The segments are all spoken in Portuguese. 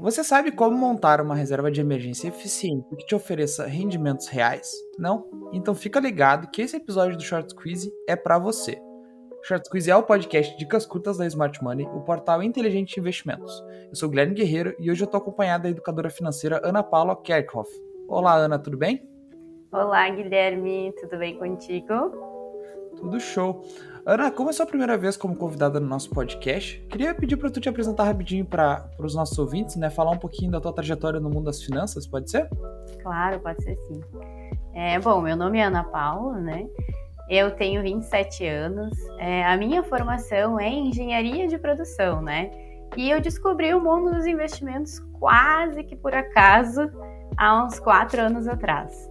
Você sabe como montar uma reserva de emergência eficiente que te ofereça rendimentos reais? Não? Então fica ligado que esse episódio do Short Quiz é para você. O Short Quiz é o podcast Dicas Curtas da Smart Money, o portal inteligente de investimentos. Eu sou o Guilherme Guerreiro e hoje eu estou acompanhado da educadora financeira Ana Paula Kerkhoff. Olá, Ana, tudo bem? Olá, Guilherme, tudo bem contigo? Tudo show. Ana, como é a sua primeira vez como convidada no nosso podcast, queria pedir para tu te apresentar rapidinho para os nossos ouvintes, né? Falar um pouquinho da tua trajetória no mundo das finanças, pode ser? Claro, pode ser sim. Bom, meu nome é Ana Paula, né? Eu tenho 27 anos, a minha formação é em engenharia de produção, né? E eu descobri o mundo dos investimentos quase que por acaso há uns 4 anos atrás.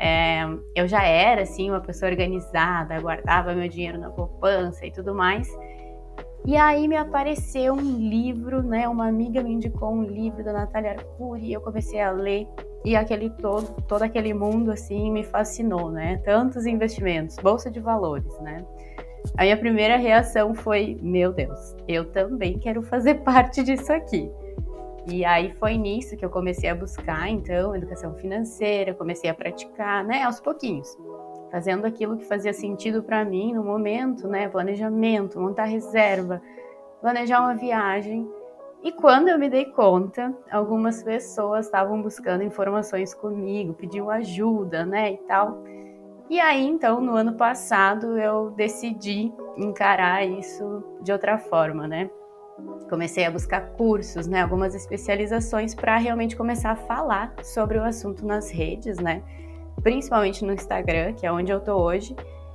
Eu já era, assim, uma pessoa organizada, guardava meu dinheiro na poupança e tudo mais. E aí me apareceu um livro, né? Uma amiga me indicou um livro da Natália Arcuri e eu comecei a ler. E todo aquele mundo, assim, me fascinou, né? Tantos investimentos, bolsa de valores, né? A minha primeira reação foi, meu Deus, eu também quero fazer parte disso aqui. E aí foi nisso que eu comecei a buscar, então, educação financeira, comecei a praticar, né, aos pouquinhos, fazendo aquilo que fazia sentido para mim no momento, né, planejamento, montar reserva, planejar uma viagem. E quando eu me dei conta, algumas pessoas estavam buscando informações comigo, pediam ajuda, né, e tal. E aí, então, no ano passado, eu decidi encarar isso de outra forma, né. Comecei a buscar cursos, né, algumas especializações para realmente começar a falar sobre o assunto nas redes, né, principalmente no Instagram, que é onde eu tô hoje.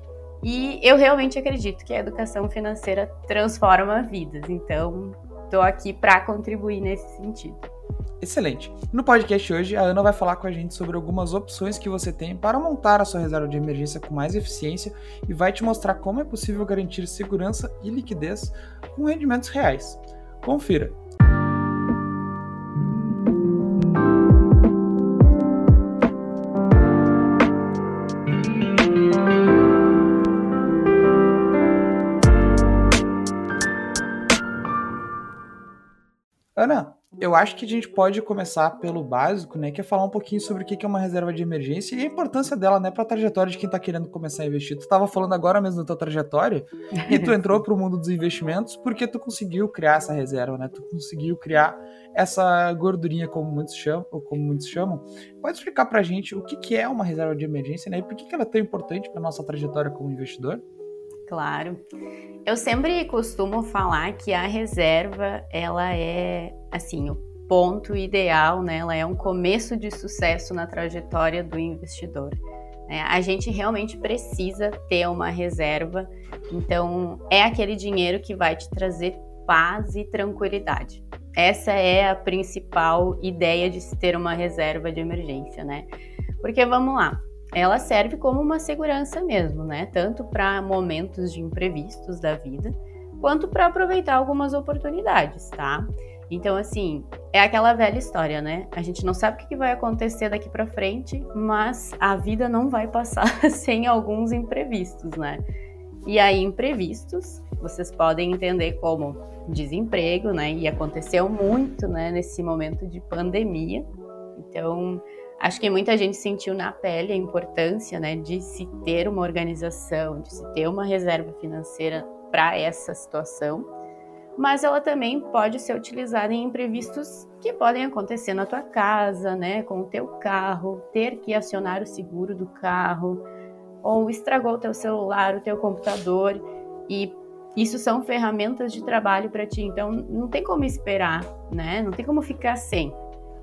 E eu realmente acredito que a educação financeira transforma vidas, então tô aqui para contribuir nesse sentido. Excelente. No podcast hoje, a Ana vai falar com a gente sobre algumas opções que você tem para montar a sua reserva de emergência com mais eficiência e vai te mostrar como é possível garantir segurança e liquidez com rendimentos reais. Confira. Ana, eu acho que a gente pode começar pelo básico, né, que é falar um pouquinho sobre o que é uma reserva de emergência e a importância dela, né, para a trajetória de quem está querendo começar a investir. Tu estava falando agora mesmo da tua trajetória e tu entrou para o mundo dos investimentos porque tu conseguiu criar essa reserva, né? Tu conseguiu criar essa gordurinha, como muitos chamam. Pode explicar para a gente o que é uma reserva de emergência, né, e por que ela é tão importante para nossa trajetória como investidor? Claro. Eu sempre costumo falar que a reserva, ela é, assim, o ponto ideal, né? Ela é um começo de sucesso na trajetória do investidor. A gente realmente precisa ter uma reserva, então é aquele dinheiro que vai te trazer paz e tranquilidade. Essa é a principal ideia de se ter uma reserva de emergência, né? Porque, vamos lá, ela serve como uma segurança mesmo, né? Tanto para momentos de imprevistos da vida, quanto para aproveitar algumas oportunidades, tá? Então, assim, é aquela velha história, né? A gente não sabe o que vai acontecer daqui para frente, mas a vida não vai passar sem alguns imprevistos, né? E aí, imprevistos, vocês podem entender como desemprego, né? E aconteceu muito, né, nesse momento de pandemia. Então, acho que muita gente sentiu na pele a importância, né, de se ter uma organização, de se ter uma reserva financeira para essa situação, mas ela também pode ser utilizada em imprevistos que podem acontecer na tua casa, né, com o teu carro, ter que acionar o seguro do carro, ou estragou o teu celular, o teu computador, e isso são ferramentas de trabalho para ti, então não tem como esperar, né, não tem como ficar sem.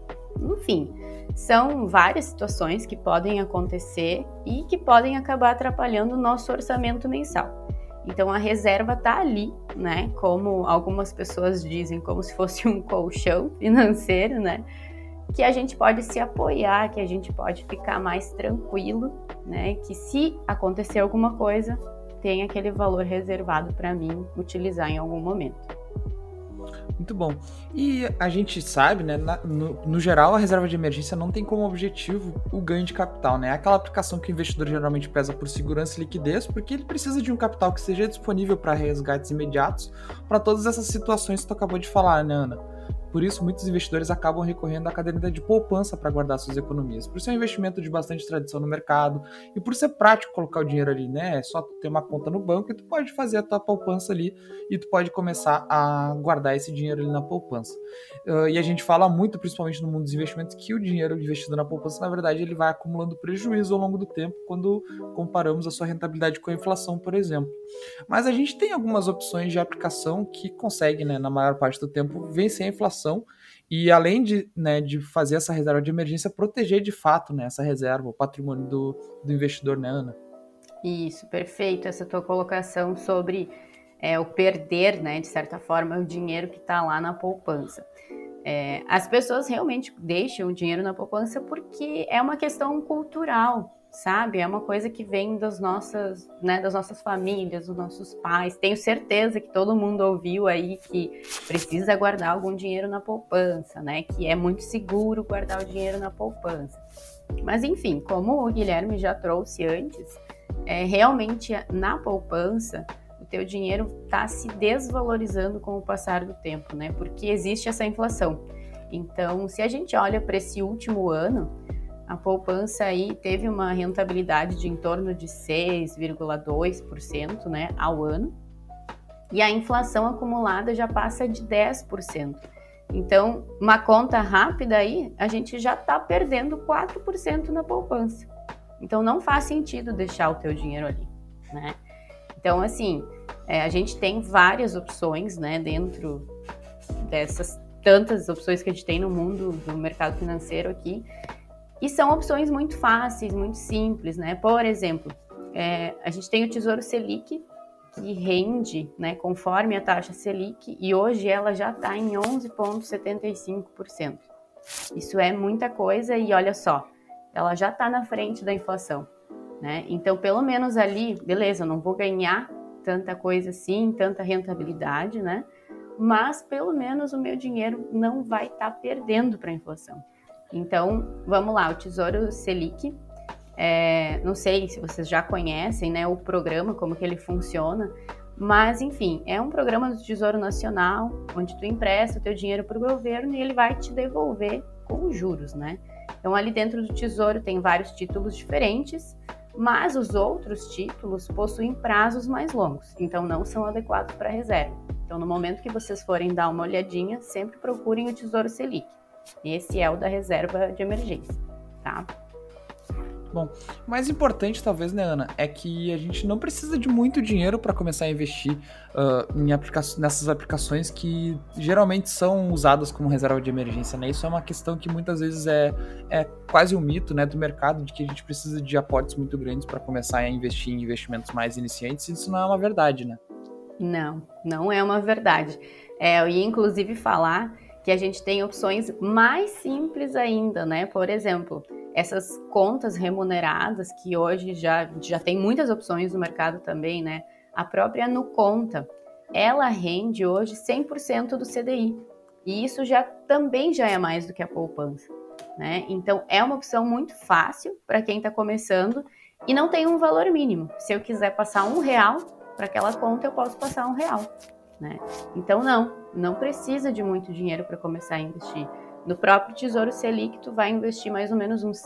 Enfim, são várias situações que podem acontecer e que podem acabar atrapalhando o nosso orçamento mensal. Então a reserva está ali, né? Como algumas pessoas dizem, como se fosse um colchão financeiro, né? Que a gente pode se apoiar, que a gente pode ficar mais tranquilo, né? Que se acontecer alguma coisa, tem aquele valor reservado para mim utilizar em algum momento. Muito bom. E a gente sabe, né, no geral, a reserva de emergência não tem como objetivo o ganho de capital, né? É aquela aplicação que o investidor geralmente preza por segurança e liquidez, porque ele precisa de um capital que seja disponível para resgates imediatos para todas essas situações que tu acabou de falar, né, Ana? Por isso, muitos investidores acabam recorrendo à caderneta de poupança para guardar suas economias. Por ser um investimento de bastante tradição no mercado e por ser prático colocar o dinheiro ali, né? É só tu ter uma conta no banco e tu pode fazer a tua poupança ali e tu pode começar a guardar esse dinheiro ali na poupança. E a gente fala muito, principalmente no mundo dos investimentos, que o dinheiro investido na poupança, na verdade, ele vai acumulando prejuízo ao longo do tempo quando comparamos a sua rentabilidade com a inflação, por exemplo. Mas a gente tem algumas opções de aplicação que conseguem, né, na maior parte do tempo, vencer a inflação e além de, né, de fazer essa reserva de emergência, proteger de fato, né, essa reserva, o patrimônio do investidor, né, Ana? Isso, perfeito, essa tua colocação sobre o perder, né, de certa forma, o dinheiro que está lá na poupança. As pessoas realmente deixam o dinheiro na poupança porque é uma questão cultural, sabe? É uma coisa que vem das nossas famílias, dos nossos pais. Tenho certeza que todo mundo ouviu aí que precisa guardar algum dinheiro na poupança, né? Que é muito seguro guardar o dinheiro na poupança. Mas enfim, como o Guilherme já trouxe antes, realmente na poupança o teu dinheiro está se desvalorizando com o passar do tempo, né? Porque existe essa inflação. Então, se a gente olha para esse último ano, a poupança aí teve uma rentabilidade de em torno de 6,2%, né, ao ano, e a inflação acumulada já passa de 10%. Então, uma conta rápida aí, a gente já está perdendo 4% na poupança. Então, não faz sentido deixar o teu dinheiro ali, né? Então, assim, a gente tem várias opções, né, dentro dessas tantas opções que a gente tem no mundo do mercado financeiro aqui, e são opções muito fáceis, muito simples, né? Por exemplo, a gente tem o Tesouro Selic, que rende, né, conforme a taxa Selic, e hoje ela já está em 11,75%. Isso é muita coisa e olha só, ela já está na frente da inflação, né? Então, pelo menos ali, beleza, eu não vou ganhar tanta coisa assim, tanta rentabilidade, né? Mas pelo menos o meu dinheiro não vai estar perdendo para a inflação. Então, vamos lá, o Tesouro Selic, não sei se vocês já conhecem, né, o programa, como que ele funciona, mas enfim, é um programa do Tesouro Nacional, onde tu empresta o teu dinheiro para o governo e ele vai te devolver com juros, né? Então, ali dentro do Tesouro tem vários títulos diferentes, mas os outros títulos possuem prazos mais longos, então não são adequados para reserva. Então, no momento que vocês forem dar uma olhadinha, sempre procurem o Tesouro Selic. Esse é o da reserva de emergência, tá? Bom, o mais importante talvez, né, Ana, é que a gente não precisa de muito dinheiro para começar a investir nessas aplicações que geralmente são usadas como reserva de emergência, né? Isso é uma questão que muitas vezes é quase um mito, né, do mercado, de que a gente precisa de aportes muito grandes para começar a investir em investimentos mais iniciantes. Isso não é uma verdade, né? Não, não é uma verdade. Eu ia inclusive falar que a gente tem opções mais simples ainda, né? Por exemplo, essas contas remuneradas, que hoje já tem muitas opções no mercado também, né? A própria Nuconta, ela rende hoje 100% do CDI. E isso também já é mais do que a poupança, né? Então, é uma opção muito fácil para quem está começando e não tem um valor mínimo. Se eu quiser passar R$1 para aquela conta, eu posso passar R$1, né? Então, não precisa de muito dinheiro para começar a investir. No próprio Tesouro Selic, tu vai investir mais ou menos uns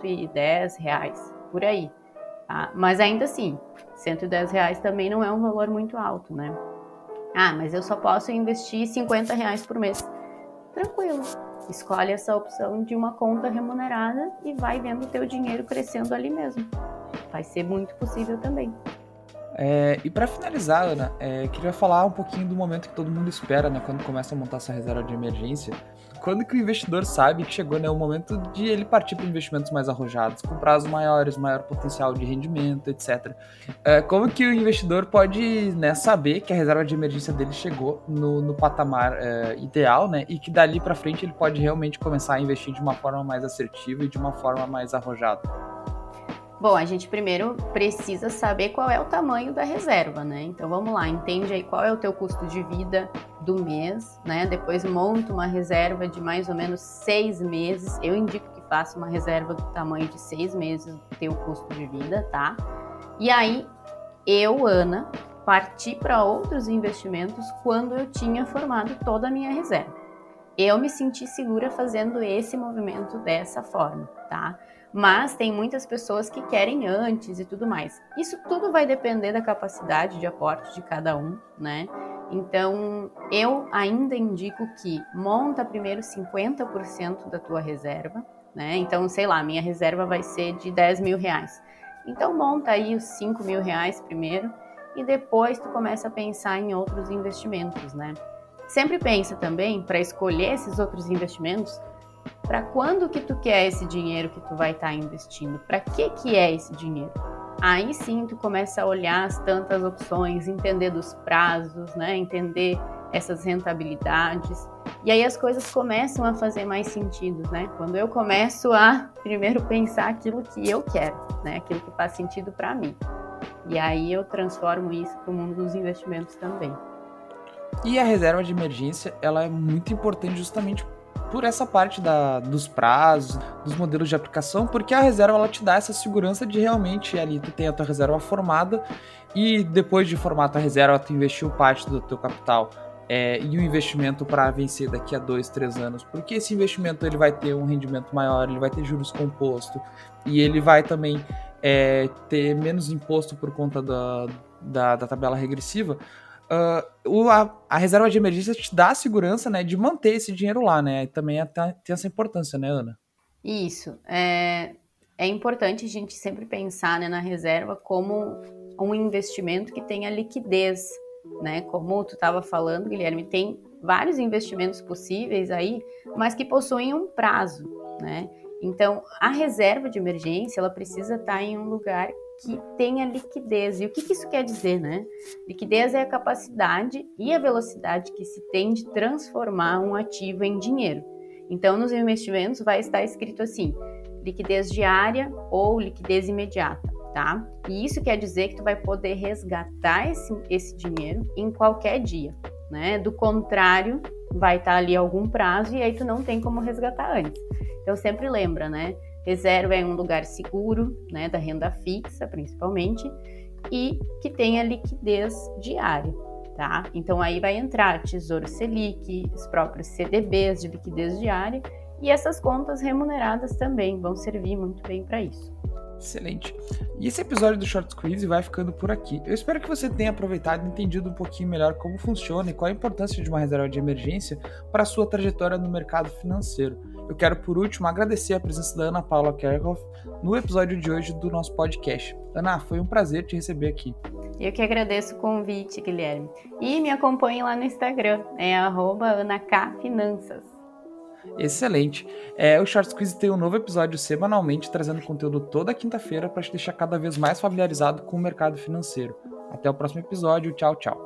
R$110, por aí, tá? Mas ainda assim, R$110 também não é um valor muito alto, né? Mas eu só posso investir R$50 por mês. Tranquilo, escolhe essa opção de uma conta remunerada e vai vendo o teu dinheiro crescendo ali mesmo. Vai ser muito possível também. E para finalizar, Ana, queria falar um pouquinho do momento que todo mundo espera, né, quando começa a montar essa reserva de emergência. Quando que o investidor sabe que chegou, né, o momento de ele partir para investimentos mais arrojados, com prazos maiores, maior potencial de rendimento, etc. Como que o investidor pode, né, saber que a reserva de emergência dele chegou no patamar ideal, né, e que dali para frente ele pode realmente começar a investir de uma forma mais assertiva e de uma forma mais arrojada? Bom, a gente primeiro precisa saber qual é o tamanho da reserva, né? Então vamos lá, entende aí qual é o teu custo de vida do mês, né? Depois monta uma reserva de mais ou menos 6 meses. Eu indico que faça uma reserva do tamanho de 6 meses do teu custo de vida, tá? E aí, Ana, parti para outros investimentos quando eu tinha formado toda a minha reserva. eu me senti segura fazendo esse movimento dessa forma, tá? Mas tem muitas pessoas que querem antes e tudo mais. Isso tudo vai depender da capacidade de aporte de cada um, né? Então, eu ainda indico que monta primeiro 50% da tua reserva, né? Então, sei lá, minha reserva vai ser de 10 mil reais. Então, monta aí os 5 mil reais primeiro e depois tu começa a pensar em outros investimentos, né? Sempre pensa também, para escolher esses outros investimentos, para quando que tu quer esse dinheiro que tu vai estar investindo? Para que é esse dinheiro? Aí sim tu começa a olhar as tantas opções, entender dos prazos, né? Entender essas rentabilidades. E aí as coisas começam a fazer mais sentido, né? Quando eu começo a primeiro pensar aquilo que eu quero, né? Aquilo que faz sentido para mim. E aí eu transformo isso para o mundo dos investimentos também. E a reserva de emergência, ela é muito importante justamente por essa parte dos prazos, dos modelos de aplicação, porque a reserva ela te dá essa segurança de realmente ali tu tem a tua reserva formada e depois de formar a tua reserva, tu investiu parte do teu capital e um investimento para vencer daqui a 2, 3 anos, porque esse investimento ele vai ter um rendimento maior, ele vai ter juros compostos e ele vai também ter menos imposto por conta da tabela regressiva. A reserva de emergência te dá a segurança, né, de manter esse dinheiro lá, né? E também tem essa importância, né, Ana? Isso. É importante a gente sempre pensar, né, na reserva como um investimento que tenha liquidez, né? Como tu estava falando, Guilherme, tem vários investimentos possíveis aí, mas que possuem um prazo, né? Então, a reserva de emergência, ela precisa estar em um lugar que tenha liquidez. E o que isso quer dizer, né? Liquidez é a capacidade e a velocidade que se tem de transformar um ativo em dinheiro. Então, nos investimentos vai estar escrito assim, liquidez diária ou liquidez imediata, tá? E isso quer dizer que tu vai poder resgatar esse dinheiro em qualquer dia, né? Do contrário, vai estar ali algum prazo e aí tu não tem como resgatar antes. Então, sempre lembra, né? Reserva é um lugar seguro, né, da renda fixa, principalmente, e que tenha liquidez diária, tá? Então, aí vai entrar Tesouro Selic, os próprios CDBs de liquidez diária, e essas contas remuneradas também vão servir muito bem para isso. Excelente. E esse episódio do Short Squeeze vai ficando por aqui. Eu espero que você tenha aproveitado e entendido um pouquinho melhor como funciona e qual a importância de uma reserva de emergência para a sua trajetória no mercado financeiro. Eu quero, por último, agradecer a presença da Ana Paula Kerkhoff no episódio de hoje do nosso podcast. Ana, foi um prazer te receber aqui. Eu que agradeço o convite, Guilherme. E me acompanhe lá no Instagram, @anakfinanças. Excelente. O Short Squeeze tem um novo episódio semanalmente, trazendo conteúdo toda quinta-feira para te deixar cada vez mais familiarizado com o mercado financeiro. Até o próximo episódio. Tchau, tchau.